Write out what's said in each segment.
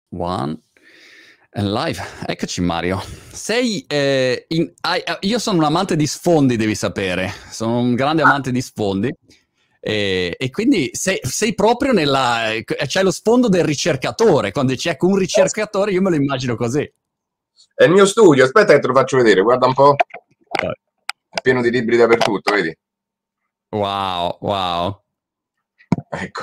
One and live. Eccoci Mario. Io sono un amante di sfondi, devi sapere. Sono un grande amante di sfondi. E quindi sei proprio c'è lo sfondo del ricercatore. Quando c'è un ricercatore, io me lo immagino così. È il mio studio, aspetta che te lo faccio vedere, guarda un po'. È pieno di libri dappertutto, vedi? Wow. Ecco.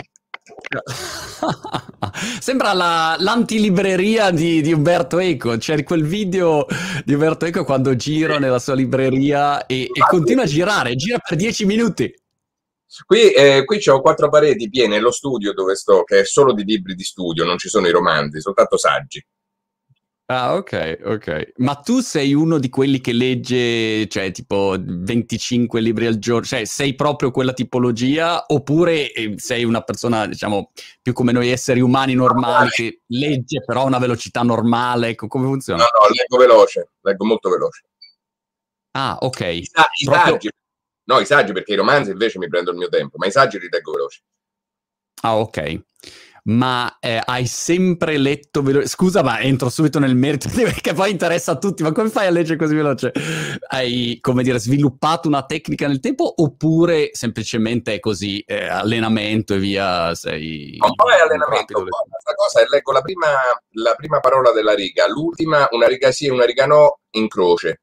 Sembra l'antilibreria di Umberto Eco. C'è quel video di Umberto Eco quando gira nella sua libreria e continua a girare, gira per 10 minuti. Qui c'ho 4 pareti piene, lo studio dove sto, che è solo di libri di studio, non ci sono i romanzi, soltanto saggi. Ah, ok. Ma tu sei uno di quelli che legge, cioè, tipo 25 libri al giorno? Cioè, sei proprio quella tipologia? Oppure sei una persona, diciamo, più come noi esseri umani normali, che legge però a una velocità normale? Come funziona? No, leggo veloce, leggo molto veloce. Ah, ok. I saggi, no, i saggi, perché i romanzi invece mi prendono il mio tempo, ma i saggi li leggo veloci. Ah, ok. Ma hai sempre letto veloce? Scusa, ma entro subito nel merito perché poi interessa a tutti. Ma come fai a leggere così veloce? Hai, come dire, sviluppato una tecnica nel tempo oppure semplicemente è così, allenamento e via? Sei un po' è allenamento, questa cosa è leggo la prima parola della riga, l'ultima, una riga sì e una riga no, in croce.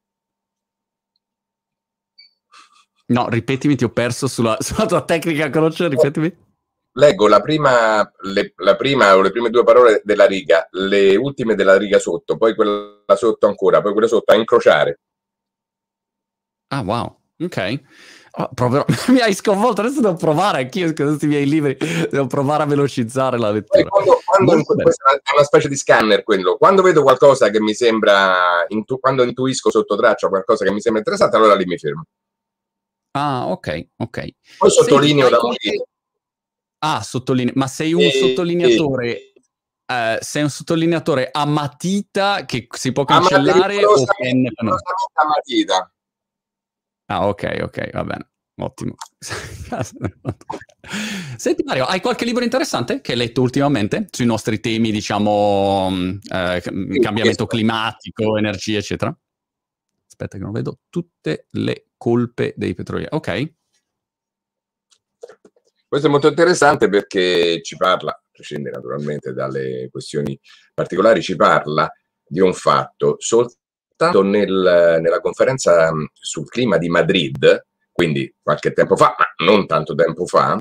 No, ripetimi, ti ho perso sulla tua tecnica croce, ripetimi. Leggo la prima o le prime 2 parole della riga, le ultime della riga sotto, poi quella sotto ancora, poi quella sotto, a incrociare. Ah, wow, ok. Proprio, mi hai sconvolto, adesso devo provare anch'io con questi miei libri, devo provare a velocizzare la lettura. Questa è una specie di scanner quello, quando vedo qualcosa che mi sembra, quando intuisco sotto traccia qualcosa che mi sembra interessante, allora lì mi fermo. Ah, ok. Poi sottolineo da morire. Ah, sottolineo. Ma sei un sottolineatore? Sei un sottolineatore a matita che si può cancellare o penna? A matita. Ah, ok, va bene. Ottimo. Senti Mario, hai qualche libro interessante che hai letto ultimamente sui nostri temi, diciamo, cambiamento climatico, energia, eccetera? Aspetta che non vedo tutte le colpe dei petrolieri. Ok. Questo è molto interessante perché ci parla, a prescindere naturalmente dalle questioni particolari, ci parla di un fatto. Soltanto nella conferenza sul clima di Madrid, quindi qualche tempo fa, ma non tanto tempo fa,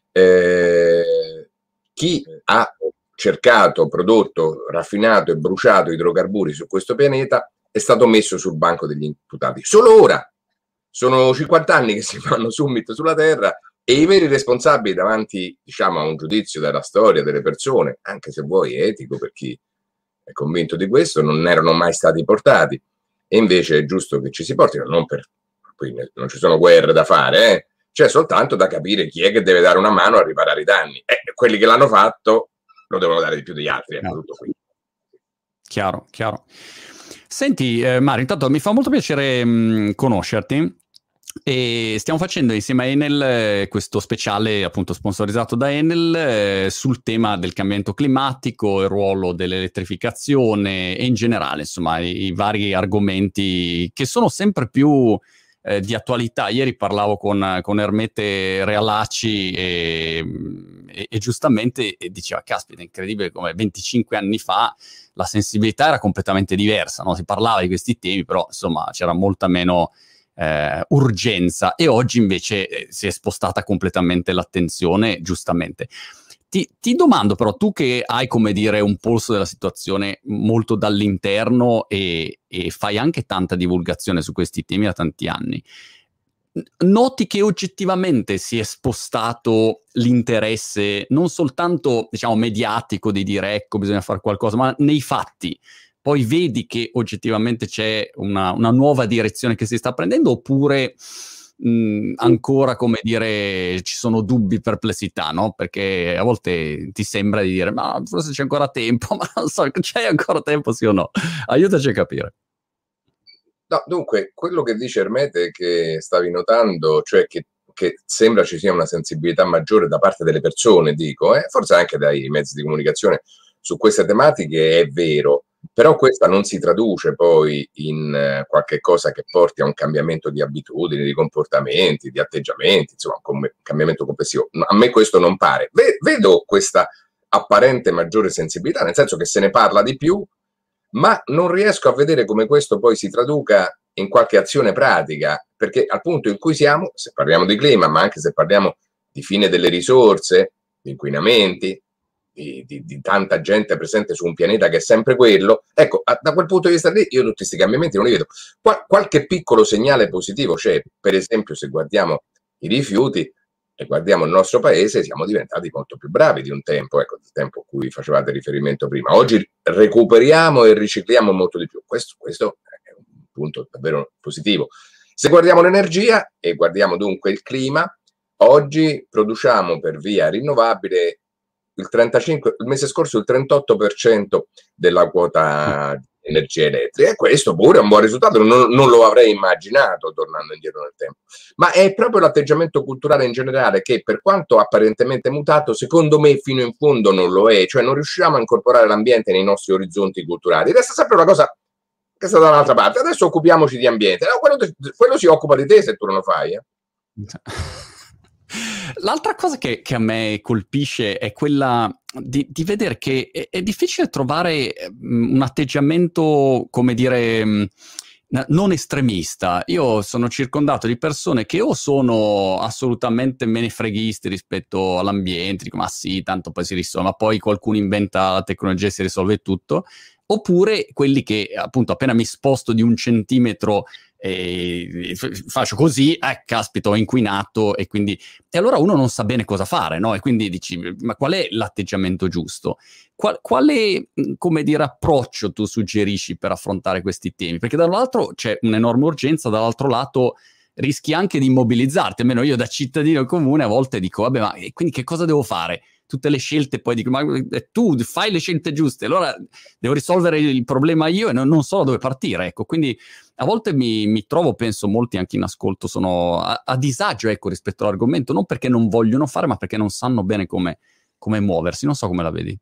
chi ha cercato, prodotto, raffinato e bruciato idrocarburi su questo pianeta è stato messo sul banco degli imputati. Solo ora, sono 50 anni che si fanno summit sulla Terra e i veri responsabili davanti, diciamo, a un giudizio della storia delle persone, anche se vuoi etico per chi è convinto di questo, non erano mai stati portati. E invece è giusto che ci si portino, quindi non ci sono guerre da fare, c'è soltanto da capire chi è che deve dare una mano a riparare i danni. Quelli che l'hanno fatto lo devono dare di più degli altri, tutto qui. Chiaro. Senti, Mario, intanto mi fa molto piacere conoscerti. E stiamo facendo insieme a Enel questo speciale appunto sponsorizzato da Enel sul tema del cambiamento climatico, il ruolo dell'elettrificazione e in generale insomma i vari argomenti che sono sempre più di attualità. Ieri parlavo con Ermete Realacci e giustamente diceva caspita, è incredibile come 25 anni fa la sensibilità era completamente diversa, no? Si parlava di questi temi però insomma c'era molta meno urgenza e oggi invece si è spostata completamente l'attenzione, giustamente. Ti domando però, tu che hai come dire un polso della situazione molto dall'interno e fai anche tanta divulgazione su questi temi da tanti anni, noti che oggettivamente si è spostato l'interesse non soltanto diciamo mediatico di dire ecco bisogna fare qualcosa, ma nei fatti poi vedi che oggettivamente c'è una nuova direzione che si sta prendendo oppure ancora, come dire, ci sono dubbi, perplessità, no? Perché a volte ti sembra di dire ma forse c'è ancora tempo, ma non so, c'è ancora tempo sì o no? Aiutaci a capire. No, dunque, quello che dice Ermete che stavi notando, cioè che sembra ci sia una sensibilità maggiore da parte delle persone, dico, forse anche dai mezzi di comunicazione su queste tematiche è vero, però questa non si traduce poi in qualche cosa che porti a un cambiamento di abitudini, di comportamenti, di atteggiamenti, insomma, un cambiamento complessivo. A me questo non pare. Vedo questa apparente maggiore sensibilità, nel senso che se ne parla di più, ma non riesco a vedere come questo poi si traduca in qualche azione pratica, perché al punto in cui siamo, se parliamo di clima, ma anche se parliamo di fine delle risorse, di inquinamenti, di tanta gente presente su un pianeta che è sempre quello, ecco, da quel punto di vista lì io tutti questi cambiamenti non li vedo. Qualche piccolo segnale positivo c'è, per esempio se guardiamo i rifiuti e guardiamo il nostro paese, siamo diventati molto più bravi di un tempo, ecco, del tempo a cui facevate riferimento prima. Oggi recuperiamo e ricicliamo molto di più, questo è un punto davvero positivo. Se guardiamo l'energia e guardiamo dunque il clima, oggi produciamo per via rinnovabile il mese scorso il 38% della quota di energia elettrica, e questo pure è un buon risultato, non lo avrei immaginato tornando indietro nel tempo, ma è proprio l'atteggiamento culturale in generale che, per quanto apparentemente mutato, secondo me fino in fondo non lo è, cioè non riusciamo a incorporare l'ambiente nei nostri orizzonti culturali, resta sempre una cosa che sta da un'altra parte. Adesso occupiamoci di ambiente, no, quello si occupa di te se tu non lo fai. L'altra cosa che a me colpisce è quella di vedere che è difficile trovare un atteggiamento, come dire, non estremista. Io sono circondato di persone che o sono assolutamente menefreghisti rispetto all'ambiente, dico ma sì, tanto poi si risolve, ma poi qualcuno inventa la tecnologia e si risolve tutto, oppure quelli che appunto appena mi sposto di 1 centimetro faccio così, caspita, ho inquinato, e allora uno non sa bene cosa fare, no? E quindi dici, ma qual è l'atteggiamento giusto? Quale, come dire, approccio tu suggerisci per affrontare questi temi? Perché da un lato c'è un'enorme urgenza, dall'altro lato rischi anche di immobilizzarti, almeno io da cittadino comune a volte dico, vabbè, ma quindi che cosa devo fare? Tutte le scelte, poi dico, ma tu fai le scelte giuste, allora devo risolvere il problema io e non so da dove partire, ecco. Quindi a volte mi trovo, penso molti anche in ascolto sono a disagio, ecco, rispetto all'argomento, non perché non vogliono fare, ma perché non sanno bene come muoversi. Non so come la vedi.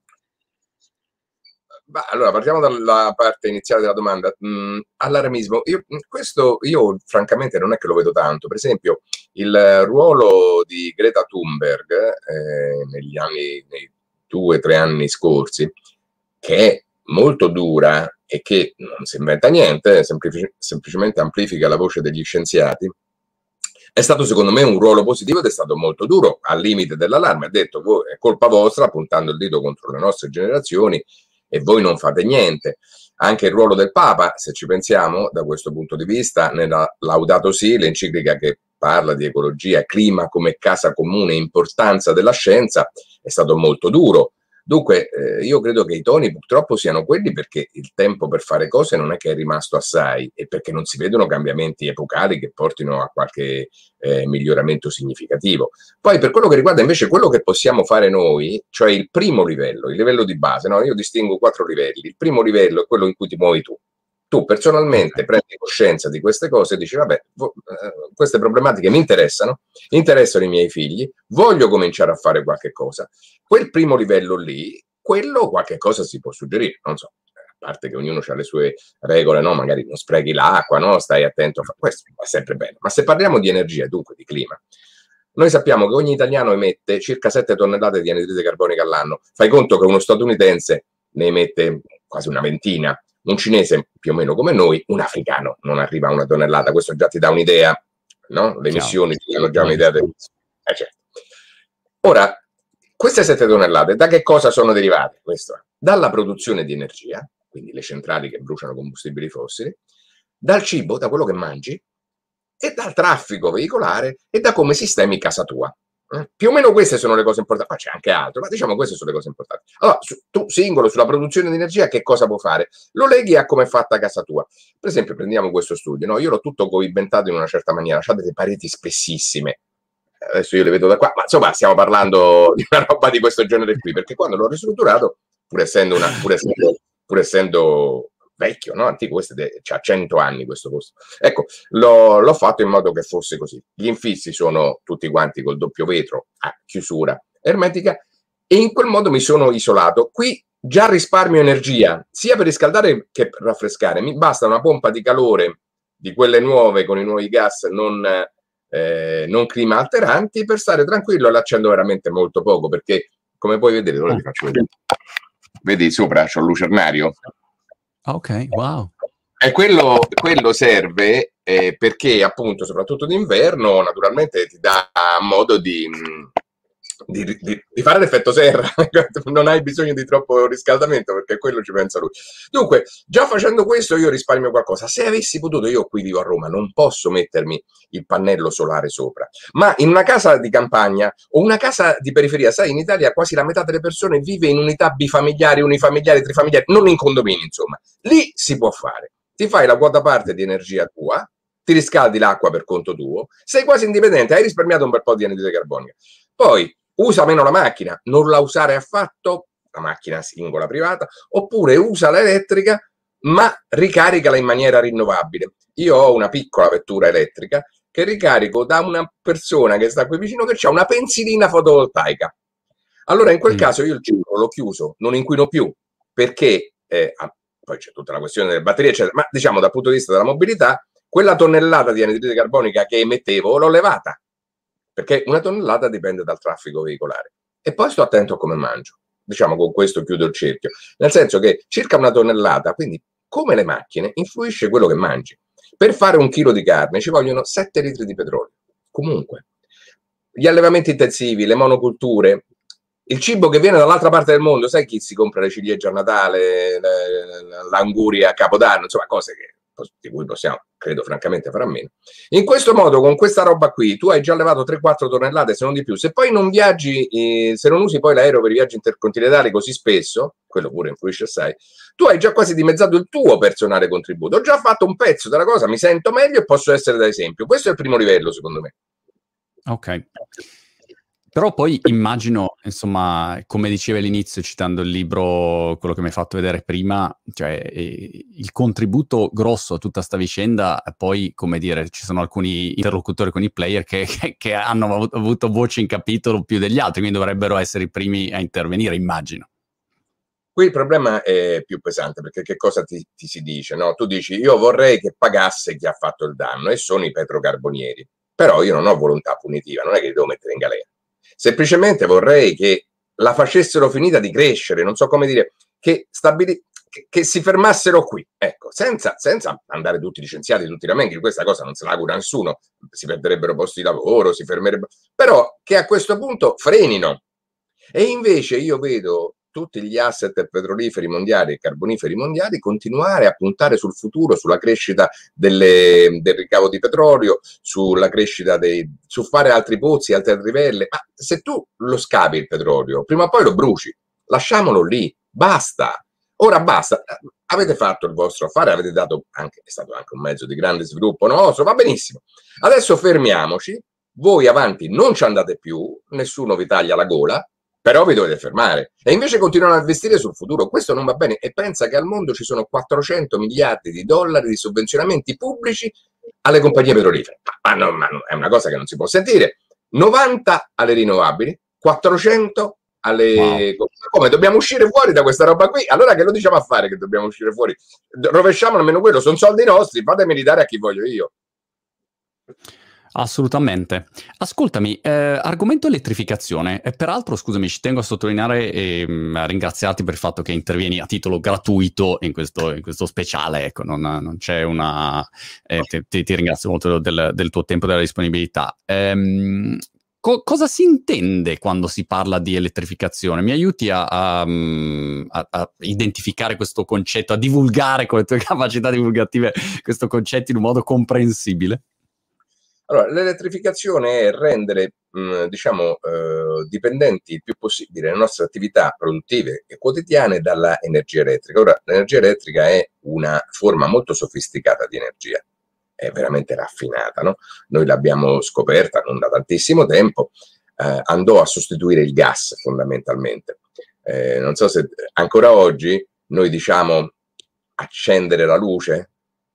Allora, partiamo dalla parte iniziale della domanda. Allarmismo, questo io francamente non è che lo vedo tanto. Per esempio, il ruolo di Greta Thunberg nei 2 o 3 anni scorsi, che è molto dura e che non si inventa niente, semplicemente amplifica la voce degli scienziati, è stato secondo me un ruolo positivo ed è stato molto duro, al limite dell'allarme. Ha detto, è colpa vostra, puntando il dito contro le nostre generazioni, e voi non fate niente. Anche il ruolo del Papa, se ci pensiamo da questo punto di vista, nella Laudato Si, l'enciclica che parla di ecologia, clima come casa comune, importanza della scienza, è stato molto duro. Dunque io credo che i toni purtroppo siano quelli, perché il tempo per fare cose non è che è rimasto assai, e perché non si vedono cambiamenti epocali che portino a qualche miglioramento significativo. Poi per quello che riguarda invece quello che possiamo fare noi, cioè il primo livello, il livello di base, no? Io distingo 4 livelli. Il primo livello è quello in cui ti muovi tu. Tu personalmente prendi coscienza di queste cose e dici, vabbè, queste problematiche mi interessano i miei figli, voglio cominciare a fare qualche cosa. Quel primo livello lì, quello qualche cosa si può suggerire, non so, a parte che ognuno ha le sue regole, no? Magari non sprechi l'acqua, no? Stai attento, questo va sempre bene. Ma se parliamo di energia, dunque di clima, noi sappiamo che ogni italiano emette circa 7 tonnellate di anidride carbonica all'anno. Fai conto che uno statunitense ne emette quasi una ventina, un cinese più o meno come noi, un africano non arriva a 1 tonnellata. Questo già ti dà un'idea, no? Le emissioni ti danno già un'idea. Certo. Ora, queste 7 tonnellate da che cosa sono derivate? Questo, dalla produzione di energia, quindi le centrali che bruciano combustibili fossili, dal cibo, da quello che mangi, e dal traffico veicolare e da come sistemi casa tua. Più o meno queste sono le cose importanti, ma c'è anche altro, ma diciamo queste sono le cose importanti. Allora, tu singolo sulla produzione di energia che cosa può fare? Lo leghi a come è fatta casa tua. Per esempio, prendiamo questo studio, no? Io l'ho tutto coibentato in una certa maniera, c'ha delle pareti spessissime. Adesso io le vedo da qua, ma insomma stiamo parlando di una roba di questo genere qui, perché quando l'ho ristrutturato, pur essendo vecchio, no? Antico, c'ha 100 anni questo posto. Ecco, l'ho fatto in modo che fosse così. Gli infissi sono tutti quanti col doppio vetro a chiusura ermetica, e in quel modo mi sono isolato. Qui già risparmio energia, sia per riscaldare che per raffrescare. Mi basta una pompa di calore di quelle nuove con i nuovi gas non clima alteranti per stare tranquillo, e l'accendo veramente molto poco, perché come puoi vedere, ora ti faccio vedere. Vedi sopra c'ho il lucernario. Ok, wow. E quello serve perché appunto, soprattutto d'inverno, naturalmente ti dà modo di fare l'effetto serra. Non hai bisogno di troppo riscaldamento, perché quello ci pensa lui. Dunque, già facendo questo io risparmio qualcosa. Se avessi potuto, io qui vivo a Roma, non posso mettermi il pannello solare sopra, ma in una casa di campagna o una casa di periferia, sai, in Italia quasi la metà delle persone vive in unità bifamiliari, unifamiliari, trifamiliari, non in condomini, insomma. Lì si può fare. Ti fai la quota parte di energia tua, ti riscaldi l'acqua per conto tuo, sei quasi indipendente, hai risparmiato un bel po' di anidride carbonica. Poi usa meno la macchina, non la usare affatto, la macchina singola privata, oppure usa l'elettrica, ma ricaricala in maniera rinnovabile. Io ho una piccola vettura elettrica che ricarico da una persona che sta qui vicino, che ha una pensilina fotovoltaica. Allora in quel caso io il ciclo l'ho chiuso, non inquino più, perché poi c'è tutta la questione delle batterie, eccetera, ma diciamo dal punto di vista della mobilità, quella tonnellata di anidride carbonica che emettevo l'ho levata, perché una tonnellata dipende dal traffico veicolare. E poi sto attento a come mangio. Diciamo, con questo chiudo il cerchio. Nel senso che circa una tonnellata, quindi come le macchine, influisce quello che mangi. Per fare 1 chilo di carne ci vogliono 7 litri di petrolio. Comunque, gli allevamenti intensivi, le monoculture, il cibo che viene dall'altra parte del mondo, sai chi si compra le ciliegie a Natale, l'anguria a Capodanno, insomma cose di cui possiamo, credo francamente, fare a meno. In questo modo, con questa roba qui, tu hai già levato 3-4 tonnellate, se non di più. Se poi non viaggi, se non usi poi l'aereo per i viaggi intercontinentali così spesso, quello pure influisce assai, tu hai già quasi dimezzato il tuo personale contributo. Ho già fatto un pezzo della cosa, mi sento meglio e posso essere da esempio. Questo è il primo livello, secondo me. Ok. Però poi immagino, insomma, come dicevi all'inizio, citando il libro, quello che mi hai fatto vedere prima, cioè il contributo grosso a tutta sta vicenda, poi, come dire, ci sono alcuni interlocutori con i player che hanno avuto voce in capitolo più degli altri, quindi dovrebbero essere i primi a intervenire, immagino. Qui il problema è più pesante, perché che cosa ti si dice? No? Tu dici, io vorrei che pagasse chi ha fatto il danno, e sono i petrocarbonieri, però io non ho volontà punitiva, non è che li devo mettere in galera. Semplicemente vorrei che la facessero finita di crescere, non so come dire, che si fermassero qui, ecco, senza andare tutti licenziati, tutti ramenghi. Questa cosa non se la augura nessuno, si perderebbero posti di lavoro, si fermerebbero, però che a questo punto frenino. E invece io vedo tutti gli asset petroliferi mondiali e carboniferi mondiali continuare a puntare sul futuro, sulla crescita del ricavo di petrolio, sulla crescita su fare altri pozzi, altre trivelle. Ma se tu lo scavi il petrolio, prima o poi lo bruci, lasciamolo lì, basta. Ora basta, avete fatto il vostro affare, avete dato anche, è stato anche un mezzo di grande sviluppo nostro, va benissimo. Adesso fermiamoci, voi avanti non ci andate più, nessuno vi taglia la gola, però vi dovete fermare. E invece continuano a investire sul futuro. Questo non va bene. E pensa che al mondo ci sono 400 miliardi di dollari di sovvenzionamenti pubblici alle compagnie petrolifere. Ma è una cosa che non si può sentire. 90 alle rinnovabili, 400 alle... Wow. Come dobbiamo uscire fuori da questa roba qui? Allora che lo diciamo a fare che dobbiamo uscire fuori? Rovesciamo almeno quello, sono soldi nostri, fatemi ridare a chi voglio io. Assolutamente. Ascoltami, argomento elettrificazione. E peraltro, scusami, ci tengo a sottolineare e a ringraziarti per il fatto che intervieni a titolo gratuito in questo speciale. Ecco, non c'è una... ti ringrazio molto del tuo tempo e della disponibilità. Cosa si intende quando si parla di elettrificazione? Mi aiuti a identificare questo concetto, a divulgare con le tue capacità divulgative questo concetto in un modo comprensibile? Allora, l'elettrificazione è rendere, dipendenti il più possibile le nostre attività produttive e quotidiane dalla energia elettrica. Ora, l'energia elettrica è una forma molto sofisticata di energia, è veramente raffinata, no? Noi l'abbiamo scoperta non da tantissimo tempo, andò a sostituire il gas fondamentalmente. Non so se ancora oggi noi diciamo accendere la luce,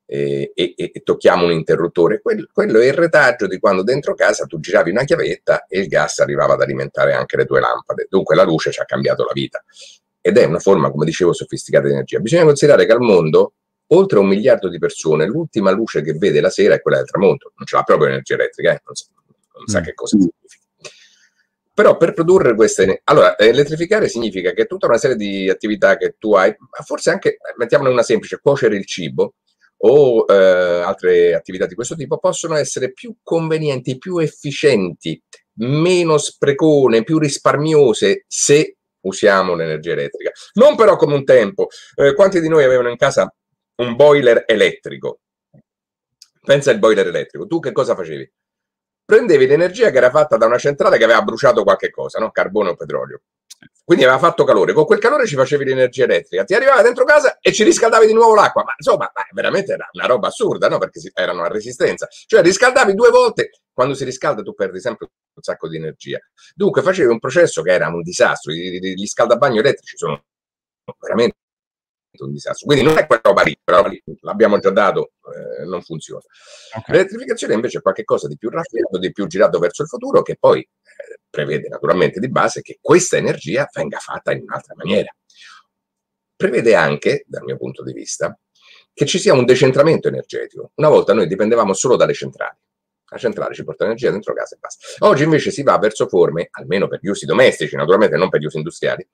e tocchiamo un interruttore. Quello è il retaggio di quando dentro casa tu giravi una chiavetta e il gas arrivava ad alimentare anche le tue lampade. Dunque la luce ci ha cambiato la vita ed è una forma, come dicevo, sofisticata di energia. Bisogna considerare che al mondo, oltre 1 miliardo di persone, l'ultima luce che vede la sera è quella del tramonto, non ce l'ha proprio l'energia elettrica, non sa che cosa significa. Però per produrre queste... Allora, elettrificare significa che tutta una serie di attività che tu hai, ma forse anche, mettiamone una semplice, cuocere il cibo o altre attività di questo tipo, possono essere più convenienti, più efficienti, meno sprecone, più risparmiose se usiamo l'energia elettrica. Non però come un tempo. Quanti di noi avevano in casa un boiler elettrico? Pensa al boiler elettrico. Tu che cosa facevi? Prendevi l'energia che era fatta da una centrale che aveva bruciato qualche cosa, no? Carbone o petrolio. Quindi aveva fatto calore. Con quel calore ci facevi l'energia elettrica. Ti arrivava dentro casa e ci riscaldavi di nuovo l'acqua. Ma insomma, veramente era una roba assurda, no? Perché erano a resistenza. Cioè riscaldavi 2 volte. Quando si riscalda tu perdi sempre un sacco di energia. Dunque facevi un processo che era un disastro. Gli scaldabagni elettrici sono veramente un disastro. Quindi non è quella roba lì, però l'abbiamo già dato, non funziona. Okay. L'elettrificazione invece è qualcosa di più raffinato, di più girato verso il futuro, che poi prevede naturalmente di base che questa energia venga fatta in un'altra maniera. Prevede anche, dal mio punto di vista, che ci sia un decentramento energetico. Una volta noi dipendevamo solo dalle centrali. La centrale ci porta energia dentro casa e basta. Oggi invece si va verso forme, almeno per gli usi domestici, naturalmente non per gli usi industriali,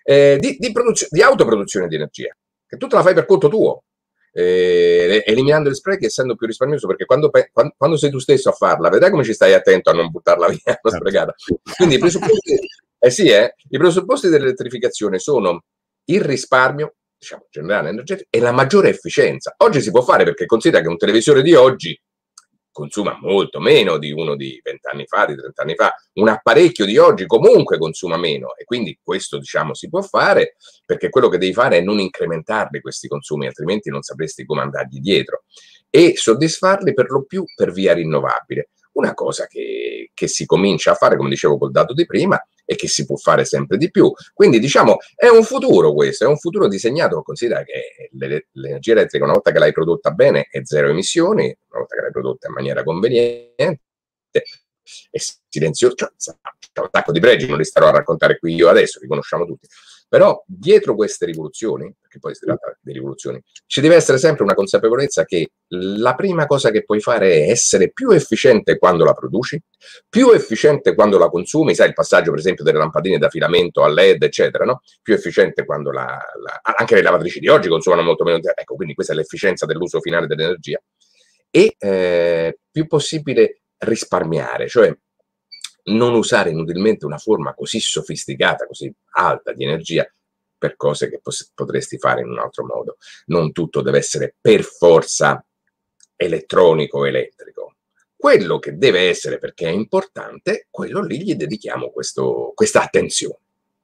di autoproduzione di energia, che tu te la fai per conto tuo, eliminando gli sprechi, essendo più rispardioso, perché quando sei tu stesso a farla, vedrai come ci stai attento a non buttarla via, non sprecata. Quindi i presupposti dell'elettrificazione sono il risparmio, diciamo, generale energetico, e la maggiore efficienza. Oggi si può fare perché considera che un televisore di oggi consuma molto meno di uno di 20 anni fa, di 30 anni fa. Un apparecchio di oggi comunque consuma meno e quindi questo, diciamo, si può fare, perché quello che devi fare è non incrementarli questi consumi, altrimenti non sapresti come andargli dietro, e soddisfarli per lo più per via rinnovabile. Una cosa che si comincia a fare, come dicevo col dato di prima, e che si può fare sempre di più. Quindi diciamo è un futuro questo, è un futuro disegnato. Considera che l'energia elettrica, una volta che l'hai prodotta bene, è zero emissioni, una volta che l'hai prodotta in maniera conveniente, è silenzioso, cioè, c'è un sacco di pregi, non li starò a raccontare qui io adesso, li conosciamo tutti. Però dietro queste rivoluzioni, perché poi si tratta di rivoluzioni, ci deve essere sempre una consapevolezza che la prima cosa che puoi fare è essere più efficiente quando la produci, più efficiente quando la consumi, sai il passaggio per esempio delle lampadine da filamento a LED, eccetera, no? Più efficiente quando anche le lavatrici di oggi consumano molto meno, ecco, quindi questa è l'efficienza dell'uso finale dell'energia, e più possibile risparmiare, cioè non usare inutilmente una forma così sofisticata, così alta di energia per cose che potresti fare in un altro modo. Non tutto deve essere per forza elettronico o elettrico. Quello che deve essere, perché è importante, quello lì gli dedichiamo questa attenzione.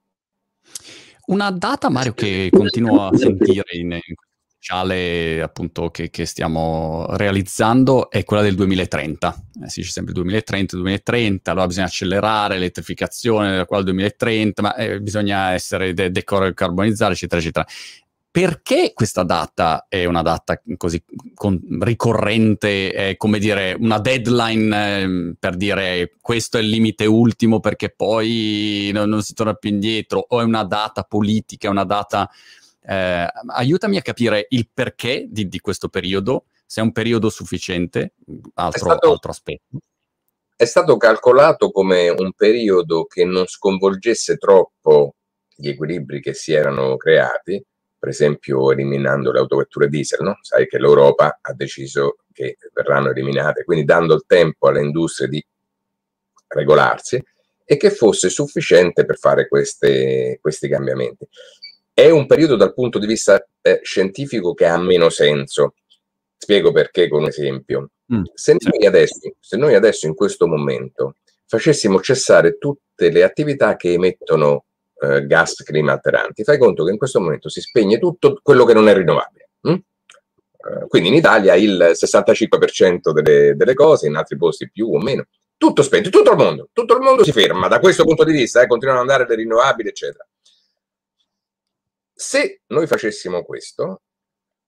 Una data, Mario, che continuo a sentire in speciale appunto che stiamo realizzando è quella del 2030. Si dice sempre 2030, allora bisogna accelerare l'elettrificazione da qua al 2030, ma bisogna essere decarbonizzare, eccetera, eccetera. Perché questa data è una data così ricorrente, è come dire una deadline per dire questo è il limite ultimo perché poi non si torna più indietro, o è una data politica, una data... aiutami a capire il perché di questo periodo, se è un periodo sufficiente, altro aspetto. È stato calcolato come un periodo che non sconvolgesse troppo gli equilibri che si erano creati, per esempio eliminando le autovetture diesel, no? Sai che l'Europa ha deciso che verranno eliminate, quindi dando il tempo alle industrie di regolarsi, e che fosse sufficiente per fare questi cambiamenti. È un periodo dal punto di vista scientifico che ha meno senso. Spiego perché con un esempio. Se noi adesso in questo momento facessimo cessare tutte le attività che emettono gas climalteranti, fai conto che in questo momento si spegne tutto quello che non è rinnovabile. Quindi in Italia il 65% delle cose, in altri posti più o meno, tutto spento, tutto il mondo si ferma da questo punto di vista, continuano ad andare le rinnovabili, eccetera. Se noi facessimo questo,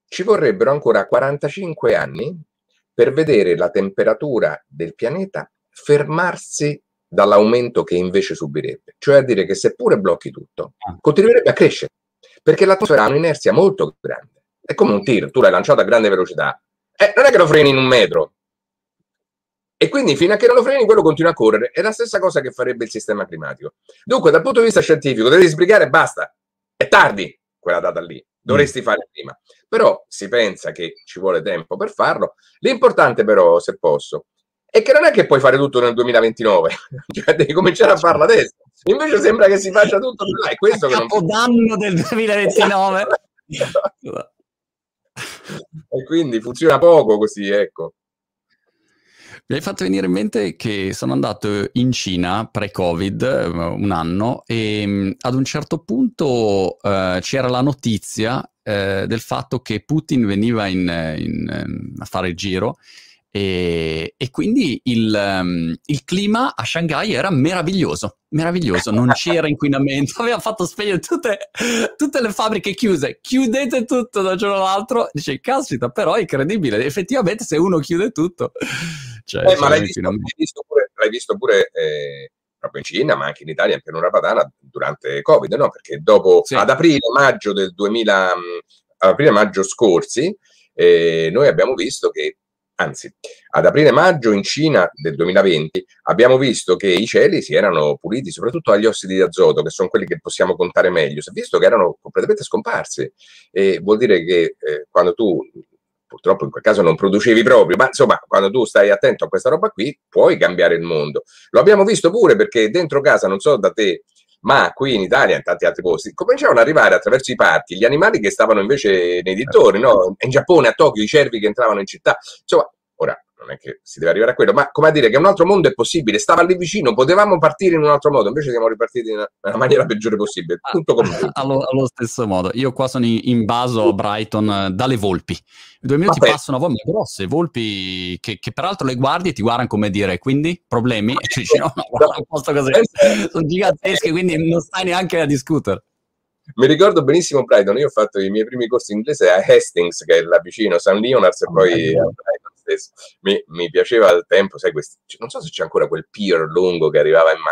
ci vorrebbero ancora 45 anni per vedere la temperatura del pianeta fermarsi dall'aumento che invece subirebbe. Cioè a dire che seppure blocchi tutto, continuerebbe a crescere, perché l'atmosfera ha un'inerzia molto grande. È come un tir, tu l'hai lanciato a grande velocità, non è che lo freni in 1 metro, e quindi fino a che non lo freni quello continua a correre. È la stessa cosa che farebbe il sistema climatico. Dunque dal punto di vista scientifico devi sbrigare e basta, è tardi quella data lì, dovresti fare prima, però si pensa che ci vuole tempo per farlo. L'importante però, se posso, è che non è che puoi fare tutto nel 2029, cioè devi cominciare a farlo adesso. Invece sembra che si faccia tutto là, è questo a che non Capodanno del 2029. E quindi funziona poco così, ecco. Mi hai fatto venire in mente che sono andato in Cina pre-Covid, un anno, e ad un certo punto c'era la notizia del fatto che Putin veniva a fare il giro, e quindi il clima a Shanghai era meraviglioso, non c'era inquinamento, aveva fatto spegnere tutte le fabbriche chiuse, chiudete tutto da un giorno all'altro, dice caspita, però è incredibile, effettivamente se uno chiude tutto, cioè, ma l'hai visto pure proprio in Cina, ma anche in Italia, in pianura padana, durante Covid, no? Perché dopo, sì. ad aprile-maggio del 2000, aprile-maggio scorsi, noi abbiamo visto che, anzi, ad aprile-maggio in Cina del 2020 abbiamo visto che i cieli si erano puliti, soprattutto agli ossidi di azoto, che sono quelli che possiamo contare meglio. Si è visto che erano completamente scomparsi. E vuol dire che quando tu, purtroppo in quel caso non producevi proprio, ma insomma, quando tu stai attento a questa roba qui, puoi cambiare il mondo. Lo abbiamo visto pure perché dentro casa, non so da te, ma qui in Italia e in tanti altri posti, cominciavano ad arrivare attraverso i parchi gli animali che stavano invece nei dintorni, no? In Giappone, a Tokyo, i cervi che entravano in città. Insomma, ora non è che si deve arrivare a quello, ma come a dire che un altro mondo è possibile, stava lì vicino, potevamo partire in un altro modo, invece siamo ripartiti nella maniera peggiore possibile. Tutto allo stesso modo. Io qua sono invaso a Brighton dalle volpi. 2 minuti passano a volpi grosse, volpi che peraltro le guardi e ti guardano come dire, quindi problemi? E tu dici no, guarda, un posto così. Sono giganteschi, quindi non stai neanche a discutere. Mi ricordo benissimo Brighton, io ho fatto i miei primi corsi in inglese a Hastings, che è là vicino, St. Leonard's, e poi a Brighton stesso. Mi piaceva al tempo, sai, non so se c'è ancora quel pier lungo che arrivava in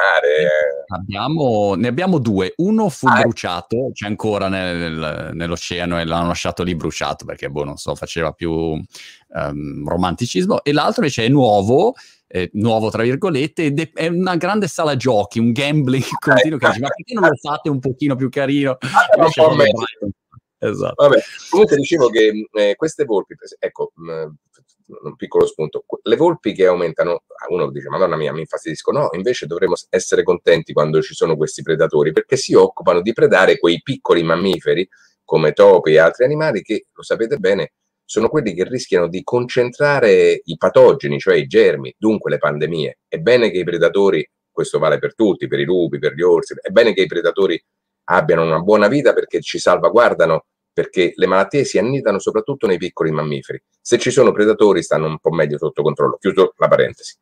mare. Ne abbiamo 2, uno fu bruciato, c'è ancora nell'oceano e l'hanno lasciato lì bruciato perché, boh, non so, faceva più romanticismo, e l'altro invece è nuovo tra virgolette, ed è una grande sala giochi, un gambling continuo, che dici, ma perché non lo fate un pochino più carino? Invece un po' esatto. Vabbè, comunque dicevo che queste volpi, ecco, un piccolo spunto, le volpi che aumentano, uno dice madonna mia mi infastidiscono, no, invece dovremmo essere contenti quando ci sono questi predatori, perché si occupano di predare quei piccoli mammiferi come topi e altri animali che, lo sapete bene, sono quelli che rischiano di concentrare i patogeni, cioè i germi, dunque le pandemie. È bene che i predatori, questo vale per tutti, per i lupi, per gli orsi, è bene che i predatori abbiano una buona vita perché ci salvaguardano, perché le malattie si annidano soprattutto nei piccoli mammiferi. Se ci sono predatori stanno un po' meglio sotto controllo. Chiuso la parentesi.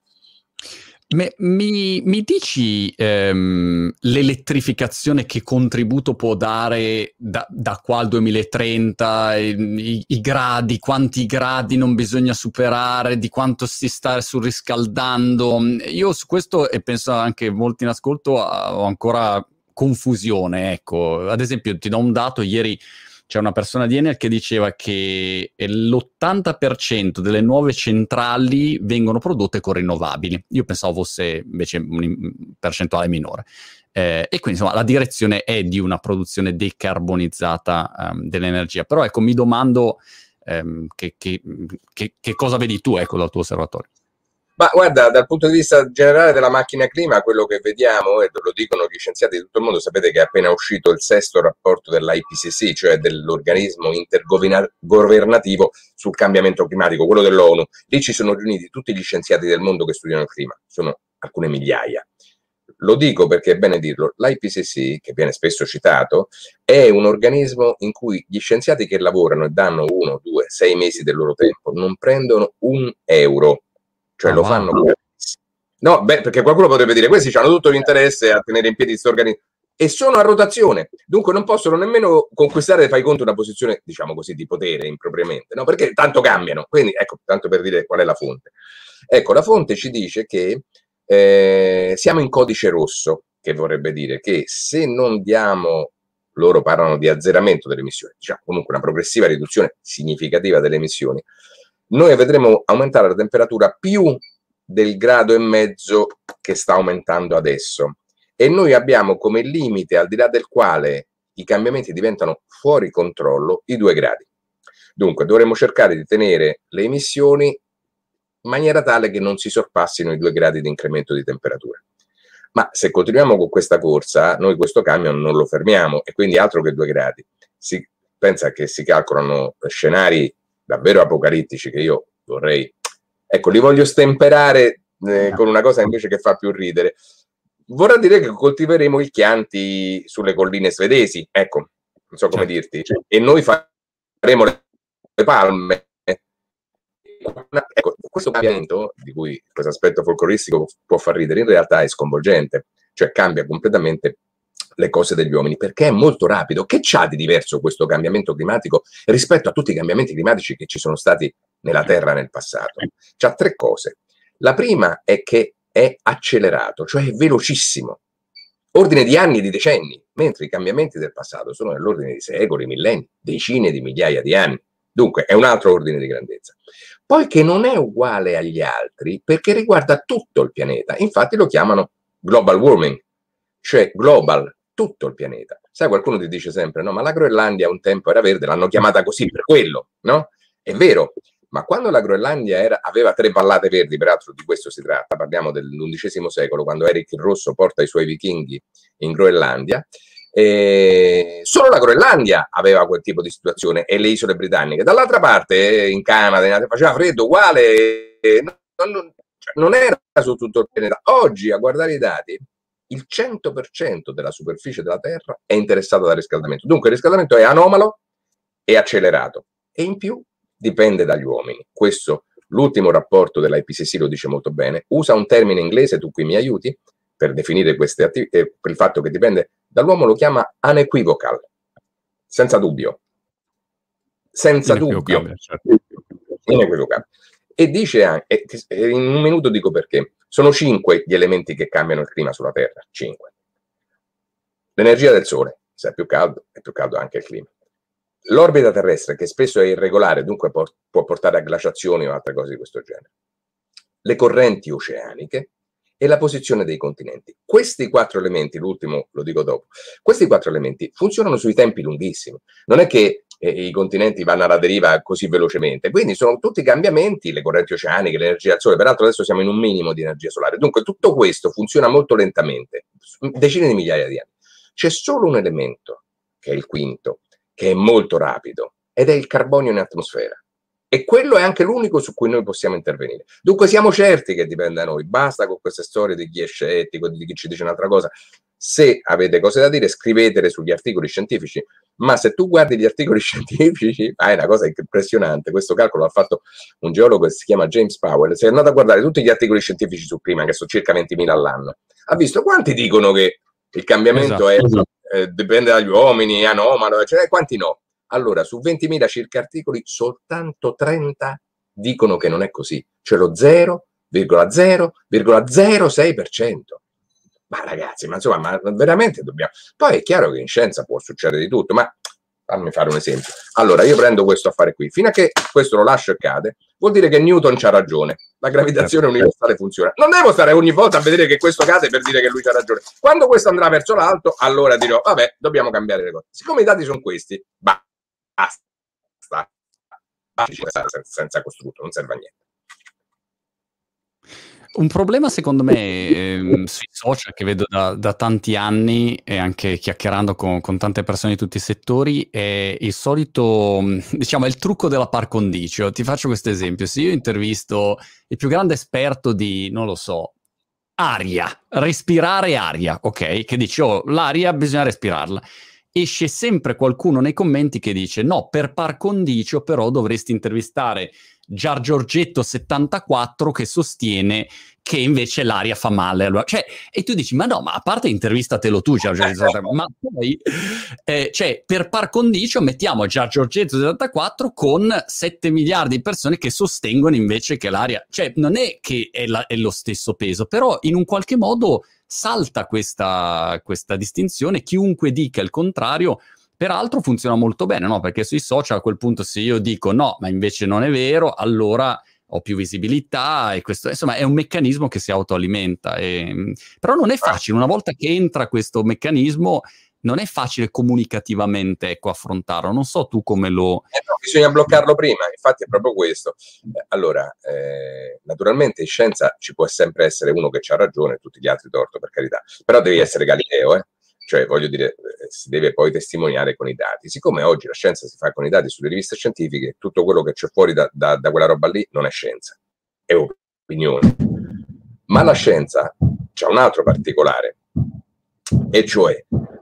Mi dici l'elettrificazione che contributo può dare da qua al 2030, i gradi, quanti gradi non bisogna superare, di quanto si sta surriscaldando? Io su questo, e penso anche molti in ascolto, ho ancora confusione, ecco. Ad esempio ti do un dato: ieri c'è una persona di Enel che diceva che l'80% delle nuove centrali vengono prodotte con rinnovabili. Io pensavo fosse invece un percentuale minore. E quindi insomma la direzione è di una produzione decarbonizzata dell'energia. Però ecco, mi domando che cosa vedi tu, ecco, dal tuo osservatorio. Ma guarda, dal punto di vista generale della macchina clima, quello che vediamo, e lo dicono gli scienziati di tutto il mondo, sapete che è appena uscito il 6º rapporto dell'IPCC, cioè dell'organismo intergovernativo sul cambiamento climatico, quello dell'ONU. Lì ci sono riuniti tutti gli scienziati del mondo che studiano il clima, sono alcune migliaia. Lo dico perché è bene dirlo, l'IPCC, che viene spesso citato, è un organismo in cui gli scienziati che lavorano e danno 1, 2, 6 mesi del loro tempo non prendono €1. Cioè lo fanno. No, beh, perché qualcuno potrebbe dire questi hanno tutto l'interesse a tenere in piedi questo organismo. e sono a rotazione, dunque non possono nemmeno conquistare, fai conto, una posizione, diciamo così, di potere impropriamente, no? Perché tanto cambiano. Quindi, ecco, tanto per dire qual è la fonte. Ecco, la fonte ci dice che siamo in codice rosso, che vorrebbe dire che se non diamo, loro parlano di azzeramento delle emissioni, diciamo comunque una progressiva riduzione significativa delle emissioni, noi vedremo aumentare la temperatura più del grado e mezzo che sta aumentando adesso. E noi abbiamo come limite al di là del quale i cambiamenti diventano fuori controllo i 2 gradi. Dunque dovremmo cercare di tenere le emissioni in maniera tale che non si sorpassino i 2 gradi di incremento di temperatura. Ma se continuiamo con questa corsa, noi questo camion non lo fermiamo, e quindi altro che 2 gradi. Si pensa che si calcolano scenari davvero apocalittici che io vorrei, ecco, li voglio stemperare con una cosa invece che fa più ridere. Vorrà dire che coltiveremo il Chianti sulle colline svedesi, ecco, non so come dirti, e noi faremo le palme. Ecco, questo cambiamento, di cui questo aspetto folcloristico può far ridere, in realtà è sconvolgente, cioè cambia completamente le cose degli uomini, perché è molto rapido. Che c'ha di diverso questo cambiamento climatico rispetto a tutti i cambiamenti climatici che ci sono stati nella Terra nel passato? C'ha 3 cose. La prima è che è accelerato, cioè è velocissimo, ordine di anni e di decenni, mentre i cambiamenti del passato sono nell'ordine di secoli, millenni, decine di migliaia di anni. Dunque è un altro ordine di grandezza. Poi che non è uguale agli altri perché riguarda tutto il pianeta, infatti lo chiamano global warming, cioè global, tutto il pianeta. Sai, qualcuno ti dice sempre, no, ma la Groenlandia un tempo era verde, l'hanno chiamata così per quello, no? È vero, ma quando la Groenlandia aveva 3 vallate verdi, peraltro di questo si tratta, parliamo dell'XI secolo, quando Eric il Rosso porta i suoi vichinghi in Groenlandia, solo la Groenlandia aveva quel tipo di situazione e le isole britanniche. Dall'altra parte, in Canada, faceva freddo uguale, non era su tutto il pianeta. Oggi, a guardare i dati, il 100% della superficie della Terra è interessata dal riscaldamento. Dunque il riscaldamento è anomalo e accelerato, e in più dipende dagli uomini. Questo, l'ultimo rapporto dell'IPCC lo dice molto bene, usa un termine inglese, tu qui mi aiuti, per definire queste per il fatto che dipende dall'uomo, lo chiama unequivocal, senza dubbio. Senza dubbio. Certo. Inequivocabile. E dice anche, in un minuto dico perché, sono 5 gli elementi che cambiano il clima sulla Terra, 5. L'energia del Sole, se è più caldo anche il clima. L'orbita terrestre, che spesso è irregolare, dunque può portare a glaciazioni o altre cose di questo genere. Le correnti oceaniche e la posizione dei continenti. Questi 4 elementi, l'ultimo lo dico dopo, questi 4 elementi funzionano sui tempi lunghissimi. Non è che i continenti vanno alla deriva così velocemente, quindi sono tutti cambiamenti, le correnti oceaniche, l'energia del Sole, peraltro adesso siamo in un minimo di energia solare, dunque tutto questo funziona molto lentamente, decine di migliaia di anni. C'è solo un elemento, che è il quinto, che è molto rapido, ed è il carbonio in atmosfera. E quello è anche l'unico su cui noi possiamo intervenire. Dunque siamo certi che dipende da noi. Basta con queste storie di chi è scettico, di chi ci dice un'altra cosa. Se avete cose da dire, scrivetele sugli articoli scientifici. Ma se tu guardi gli articoli scientifici, è una cosa impressionante. Questo calcolo l'ha fatfatto un geologo che si chiama James Powell. Se è andato a guardare tutti gli articoli scientifici sul clima, che sono circa 20.000 all'anno, ha visto quanti dicono che il cambiamento dipende dagli uomini, è anomalo, cioè quanti no. Allora, su 20.000 circa articoli, soltanto 30 dicono che non è così, cioè lo 0,006%. Ma ragazzi, ma insomma, ma veramente dobbiamo... Poi è chiaro che in scienza può succedere di tutto, ma fammi fare un esempio. Allora, io prendo questo affare qui, fino a che questo lo lascio e cade, vuol dire che Newton c'ha ragione, la gravitazione universale funziona. Non devo stare ogni volta a vedere che questo cade per dire che lui c'ha ragione. Quando questo andrà verso l'alto, allora dirò, vabbè, dobbiamo cambiare le cose. Siccome i dati sono questi, basta, senza costrutto, non serve a niente. Un problema secondo me sui social che vedo da tanti anni e anche chiacchierando con tante persone di tutti i settori è il solito, diciamo, è il trucco della par condicio. Ti faccio questo esempio: se io intervisto il più grande esperto di, non lo so, aria, respirare aria, ok? Che dice, oh, l'aria bisogna respirarla. Esce sempre qualcuno nei commenti che dice no, per par condicio però dovresti intervistare Giorgetto 74 che sostiene che invece l'aria fa male. Allora, cioè, e tu dici, ma no, ma a parte intervistatelo tu, ma poi, cioè, per par condicio mettiamo Giorgetto 74 con 7 miliardi di persone che sostengono invece che l'aria, cioè, non è che è lo stesso peso, però in un qualche modo salta questa distinzione, chiunque dica il contrario. Peraltro funziona molto bene, no? Perché sui social a quel punto se io dico no, ma invece non è vero, allora ho più visibilità e questo, insomma, è un meccanismo che si autoalimenta. Però non è facile, una volta che entra questo meccanismo, non è facile comunicativamente, ecco, affrontarlo. Non so tu come lo... No, bisogna bloccarlo prima, infatti è proprio questo. Allora, naturalmente in scienza ci può sempre essere uno che c'ha ragione e tutti gli altri torto, per carità, però devi essere Galileo, Cioè, voglio dire, si deve poi testimoniare con i dati. Siccome oggi la scienza si fa con i dati sulle riviste scientifiche, tutto quello che c'è fuori da quella roba lì non è scienza, è opinione. Ma la scienza c'ha un altro particolare, e cioè,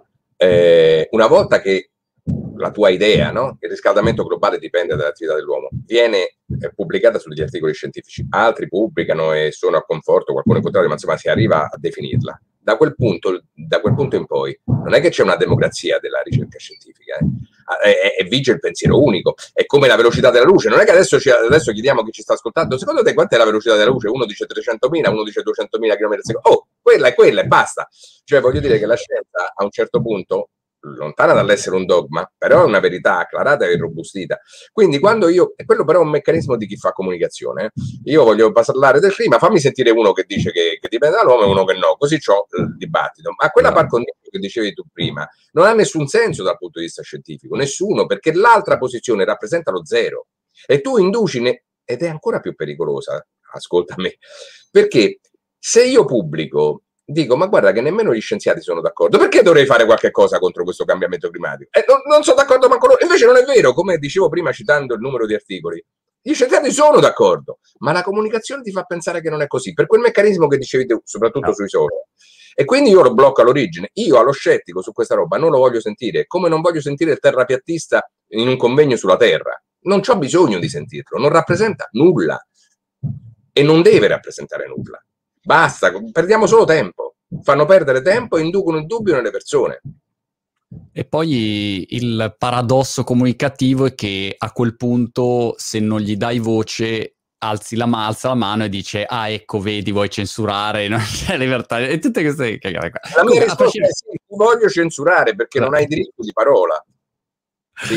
una volta che la tua idea, no? Il riscaldamento globale dipende dall'attività dell'uomo, viene pubblicata sugli articoli scientifici, altri pubblicano e sono a conforto, qualcuno in contrario, ma insomma si arriva a definirla. Da quel punto in poi non è che c'è una democrazia della ricerca scientifica, e vige il pensiero unico, è come la velocità della luce. Non è che adesso chiediamo a chi ci sta ascoltando, secondo te quant'è la velocità della luce? Uno dice 300.000, uno dice 200.000 km al secondo. Oh, quella e basta. Cioè, voglio dire che la scienza a un certo punto, lontana dall'essere un dogma, però è una verità acclarata e irrobustita. Quindi quando e quello però è un meccanismo di chi fa comunicazione, io voglio parlare del clima, fammi sentire uno che dice che dipende dall'uomo e uno che no, così c'ho il dibattito. Ma quella par condicio che dicevi tu prima non ha nessun senso dal punto di vista scientifico, nessuno, perché l'altra posizione rappresenta lo zero e tu induci, ed è ancora più pericolosa, ascolta me, perché se io pubblico dico, ma guarda che nemmeno gli scienziati sono d'accordo, perché dovrei fare qualche cosa contro questo cambiamento climatico? Non sono d'accordo manco loro. Invece non è vero, come dicevo prima citando il numero di articoli, gli scienziati sono d'accordo, ma la comunicazione ti fa pensare che non è così, per quel meccanismo che dicevi tu, soprattutto sui social. E quindi io lo blocco all'origine. Io allo scettico su questa roba non lo voglio sentire, come non voglio sentire il terrapiattista in un convegno sulla Terra. Non c'ho bisogno di sentirlo, non rappresenta nulla e non deve rappresentare nulla. Basta, perdiamo solo tempo, fanno perdere tempo e inducono il dubbio nelle persone. E poi il paradosso comunicativo è che a quel punto, se non gli dai voce, alza la mano e dice, ah ecco, vedi, vuoi censurare, non c'è libertà, e tutte queste cagate qua. La mia risposta è sì, ti voglio censurare perché non hai diritto di parola. Sì.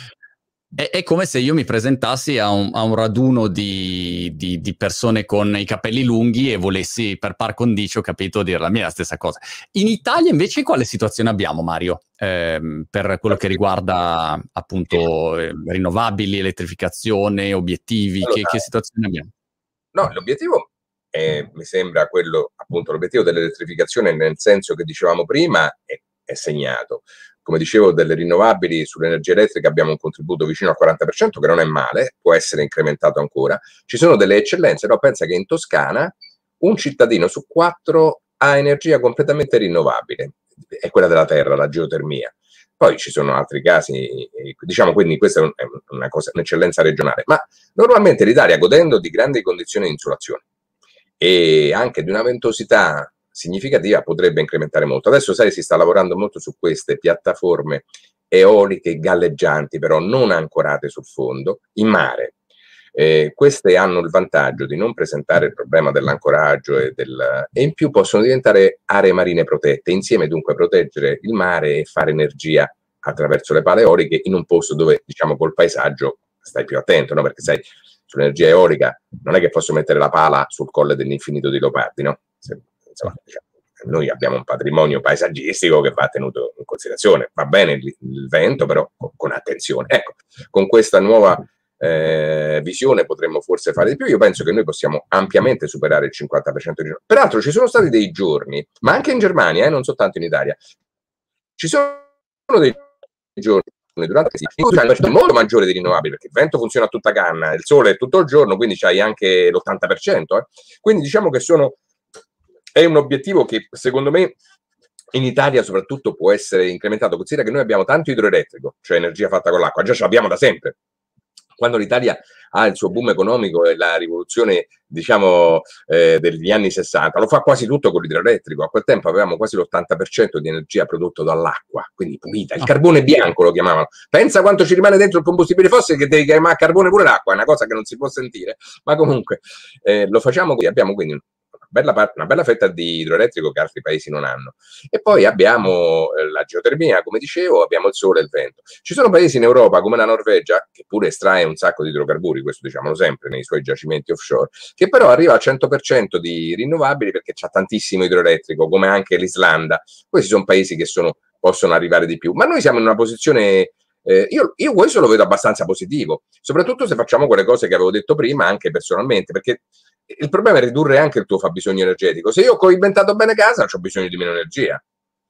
È come se io mi presentassi a un raduno di persone con i capelli lunghi e volessi per par condicio, capito, dire la mia stessa cosa. In Italia invece quale situazione abbiamo, Mario, per quello che riguarda appunto rinnovabili, elettrificazione, obiettivi, allora, che situazione abbiamo? No, l'obiettivo mi sembra quello, appunto, l'obiettivo dell'elettrificazione nel senso che dicevamo prima è segnato. Come dicevo, delle rinnovabili sull'energia elettrica abbiamo un contributo vicino al 40%, che non è male, può essere incrementato ancora. Ci sono delle eccellenze, no? Pensa che in Toscana un cittadino su 4 ha energia completamente rinnovabile, è quella della terra, la geotermia. Poi ci sono altri casi, diciamo, quindi questa è una cosa, un'eccellenza regionale, ma normalmente l'Italia, godendo di grandi condizioni di insolazione e anche di una ventosità significativa, potrebbe incrementare molto. Adesso, sai, si sta lavorando molto su queste piattaforme eoliche galleggianti, però non ancorate sul fondo, in mare. Queste hanno il vantaggio di non presentare il problema dell'ancoraggio e in più possono diventare aree marine protette, insieme dunque proteggere il mare e fare energia attraverso le pale eoliche in un posto dove, diciamo, col paesaggio stai più attento, no? Perché sai, sull'energia eolica non è che posso mettere la pala sul colle dell'infinito di Leopardi, no? Insomma, diciamo, noi abbiamo un patrimonio paesaggistico che va tenuto in considerazione, va bene il vento, però con attenzione. Ecco, con questa nuova visione potremmo forse fare di più. Io penso che noi possiamo ampiamente superare il 50% di giorni. Peraltro ci sono stati dei giorni, ma anche in Germania, non soltanto in Italia, ci sono dei giorni durante in cui c'è un molto maggiore di rinnovabili, perché il vento funziona a tutta canna, il sole è tutto il giorno, quindi c'hai anche l'80%. Quindi diciamo che è un obiettivo che secondo me in Italia soprattutto può essere incrementato. Considera che noi abbiamo tanto idroelettrico, cioè energia fatta con l'acqua, già ce l'abbiamo da sempre. Quando l'Italia ha il suo boom economico e la rivoluzione, diciamo, degli anni 60, lo fa quasi tutto con l'idroelettrico. A quel tempo avevamo quasi l'80% di energia prodotto dall'acqua, quindi pulita, il carbone bianco lo chiamavano. Pensa quanto ci rimane dentro il combustibile fossile, che devi chiamare carbone pure l'acqua, è una cosa che non si può sentire, ma comunque lo facciamo qui, abbiamo quindi una bella fetta di idroelettrico che altri paesi non hanno. E poi abbiamo la geotermia, come dicevo, abbiamo il sole e il vento. Ci sono paesi in Europa come la Norvegia, che pure estrae un sacco di idrocarburi, questo diciamolo sempre, nei suoi giacimenti offshore, che però arriva al 100% di rinnovabili perché c'ha tantissimo idroelettrico, come anche l'Islanda. Questi sono paesi che possono arrivare di più. Ma noi siamo in una posizione... io questo lo vedo abbastanza positivo, soprattutto se facciamo quelle cose che avevo detto prima, anche personalmente, perché il problema è ridurre anche il tuo fabbisogno energetico. Se io ho coibentato bene casa, ho bisogno di meno energia.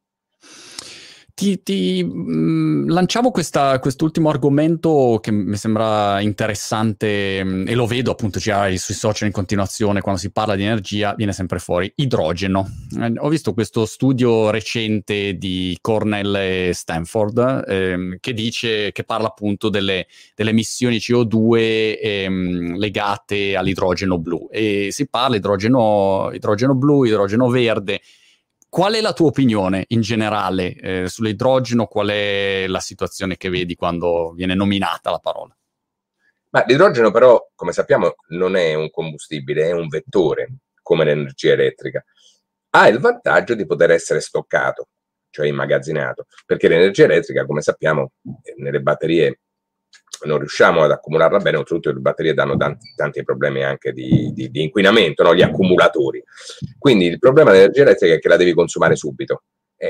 Lanciavo quest'ultimo argomento che mi sembra interessante e lo vedo appunto già sui social in continuazione. Quando si parla di energia viene sempre fuori idrogeno. Ho visto questo studio recente di Cornell e Stanford che parla appunto delle emissioni CO2 legate all'idrogeno blu, e si parla idrogeno blu, idrogeno verde. Qual è la tua opinione in generale sull'idrogeno? Qual è la situazione che vedi quando viene nominata la parola? Ma l'idrogeno però, come sappiamo, non è un combustibile, è un vettore, come l'energia elettrica. Ha il vantaggio di poter essere stoccato, cioè immagazzinato, perché l'energia elettrica, come sappiamo, nelle batterie non riusciamo ad accumularla bene, oltretutto le batterie danno tanti problemi anche di inquinamento, no? Gli accumulatori. Quindi il problema dell'energia elettrica è che la devi consumare subito,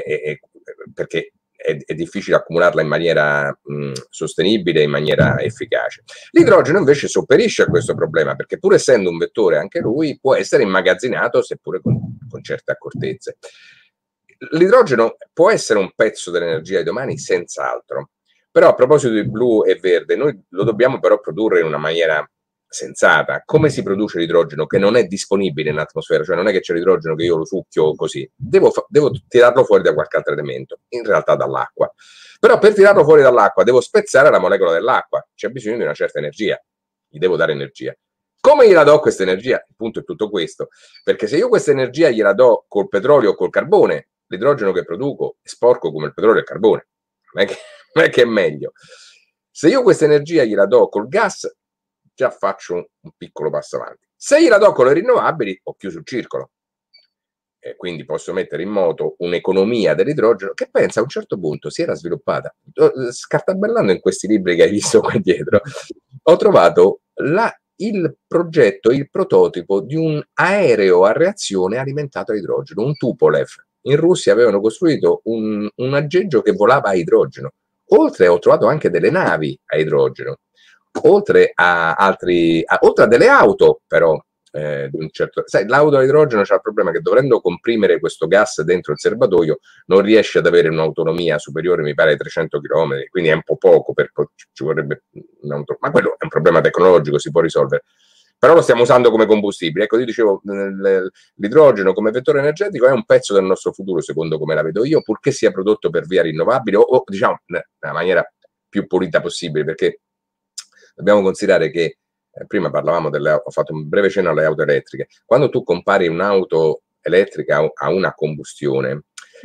perché è difficile accumularla in maniera sostenibile, in maniera efficace. L'idrogeno invece sopperisce a questo problema, perché pur essendo un vettore anche lui, può essere immagazzinato, seppure con certe accortezze. L'idrogeno può essere un pezzo dell'energia di domani, senz'altro. Però a proposito di blu e verde, noi lo dobbiamo però produrre in una maniera sensata. Come si produce l'idrogeno che non è disponibile in atmosfera? Cioè non è che c'è l'idrogeno che io lo succhio così, devo tirarlo fuori da qualche altro elemento, in realtà dall'acqua. Però per tirarlo fuori dall'acqua devo spezzare la molecola dell'acqua, c'è bisogno di una certa energia, gli devo dare energia. Come gliela do questa energia? Il punto è tutto questo, perché se io questa energia gliela do col petrolio o col carbone, l'idrogeno che produco è sporco come il petrolio e il carbone. Non è che è meglio. Se io questa energia gliela do col gas, già faccio un piccolo passo avanti. Se gliela do con le rinnovabili, ho chiuso il circolo. E quindi posso mettere in moto un'economia dell'idrogeno che pensa a un certo punto si era sviluppata. Scartabellando in questi libri che hai visto qua dietro, ho trovato il progetto, il prototipo di un aereo a reazione alimentato a idrogeno, un Tupolev. In Russia avevano costruito un aggeggio che volava a idrogeno. Oltre ho trovato anche delle navi a idrogeno, oltre a delle auto, però di un certo... Sai, l'auto a idrogeno c'ha il problema che dovendo comprimere questo gas dentro il serbatoio non riesce ad avere un'autonomia superiore, mi pare, ai 300 km, quindi è un po' poco, ci vorrebbe ma quello è un problema tecnologico, si può risolvere. Però lo stiamo usando come combustibile. Ecco, io dicevo, l'idrogeno come vettore energetico è un pezzo del nostro futuro, secondo come la vedo io, purché sia prodotto per via rinnovabile o diciamo, nella maniera più pulita possibile, perché dobbiamo considerare che prima parlavamo ho fatto un breve cenno alle auto elettriche. Quando tu compari un'auto elettrica a una combustione,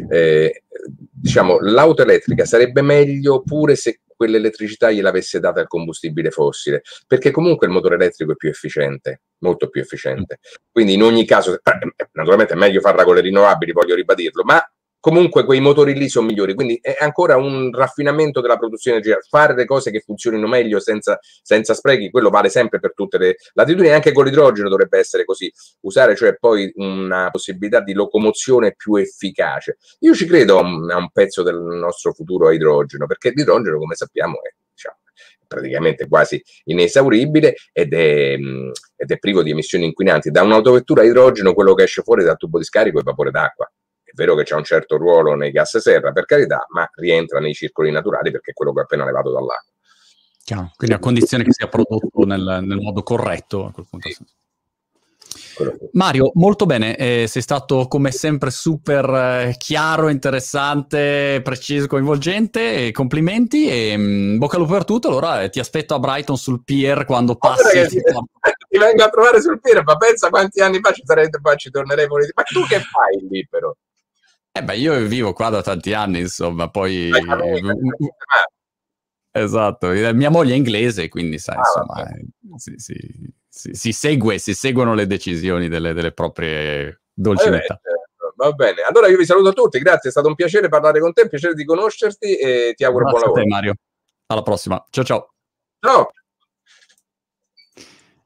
diciamo, l'auto elettrica sarebbe meglio pure se quell'elettricità gliel'avesse data il combustibile fossile, perché comunque il motore elettrico è più efficiente, molto più efficiente. Quindi in ogni caso, naturalmente è meglio farla con le rinnovabili, voglio ribadirlo, ma comunque quei motori lì sono migliori, quindi è ancora un raffinamento della produzione di energia. Fare le cose che funzionino meglio senza sprechi, quello vale sempre per tutte le latitudini, anche con l'idrogeno dovrebbe essere così, usare cioè poi una possibilità di locomozione più efficace. Io ci credo a un pezzo del nostro futuro a idrogeno, perché l'idrogeno, come sappiamo, è, diciamo, praticamente quasi inesauribile ed è privo di emissioni inquinanti. Da un'autovettura a idrogeno quello che esce fuori dal tubo di scarico è vapore d'acqua. È vero che c'è un certo ruolo nei gas serra, per carità, ma rientra nei circoli naturali perché è quello che ho appena levato dall'acqua. Chiaro. Quindi a condizione che sia prodotto nel modo corretto, a quel punto. Sì. Mario, molto bene, sei stato come sempre super chiaro, interessante, preciso, coinvolgente, complimenti e bocca al lupo per tutto. Allora ti aspetto a Brighton sul pier quando passi. Ti vengo a trovare sul pier, ma pensa quanti anni fa ci tornerei fuori. Ma tu che fai lì però? Io vivo qua da tanti anni, insomma, poi... Esatto, mia moglie è inglese, quindi sai, insomma, si seguono le decisioni delle proprie dolci metà. Va bene, allora io vi saluto tutti, grazie, è stato un piacere parlare con te, un piacere di conoscerti e ti auguro buon lavoro. Grazie a te, Mario. Alla prossima, ciao ciao. Ciao.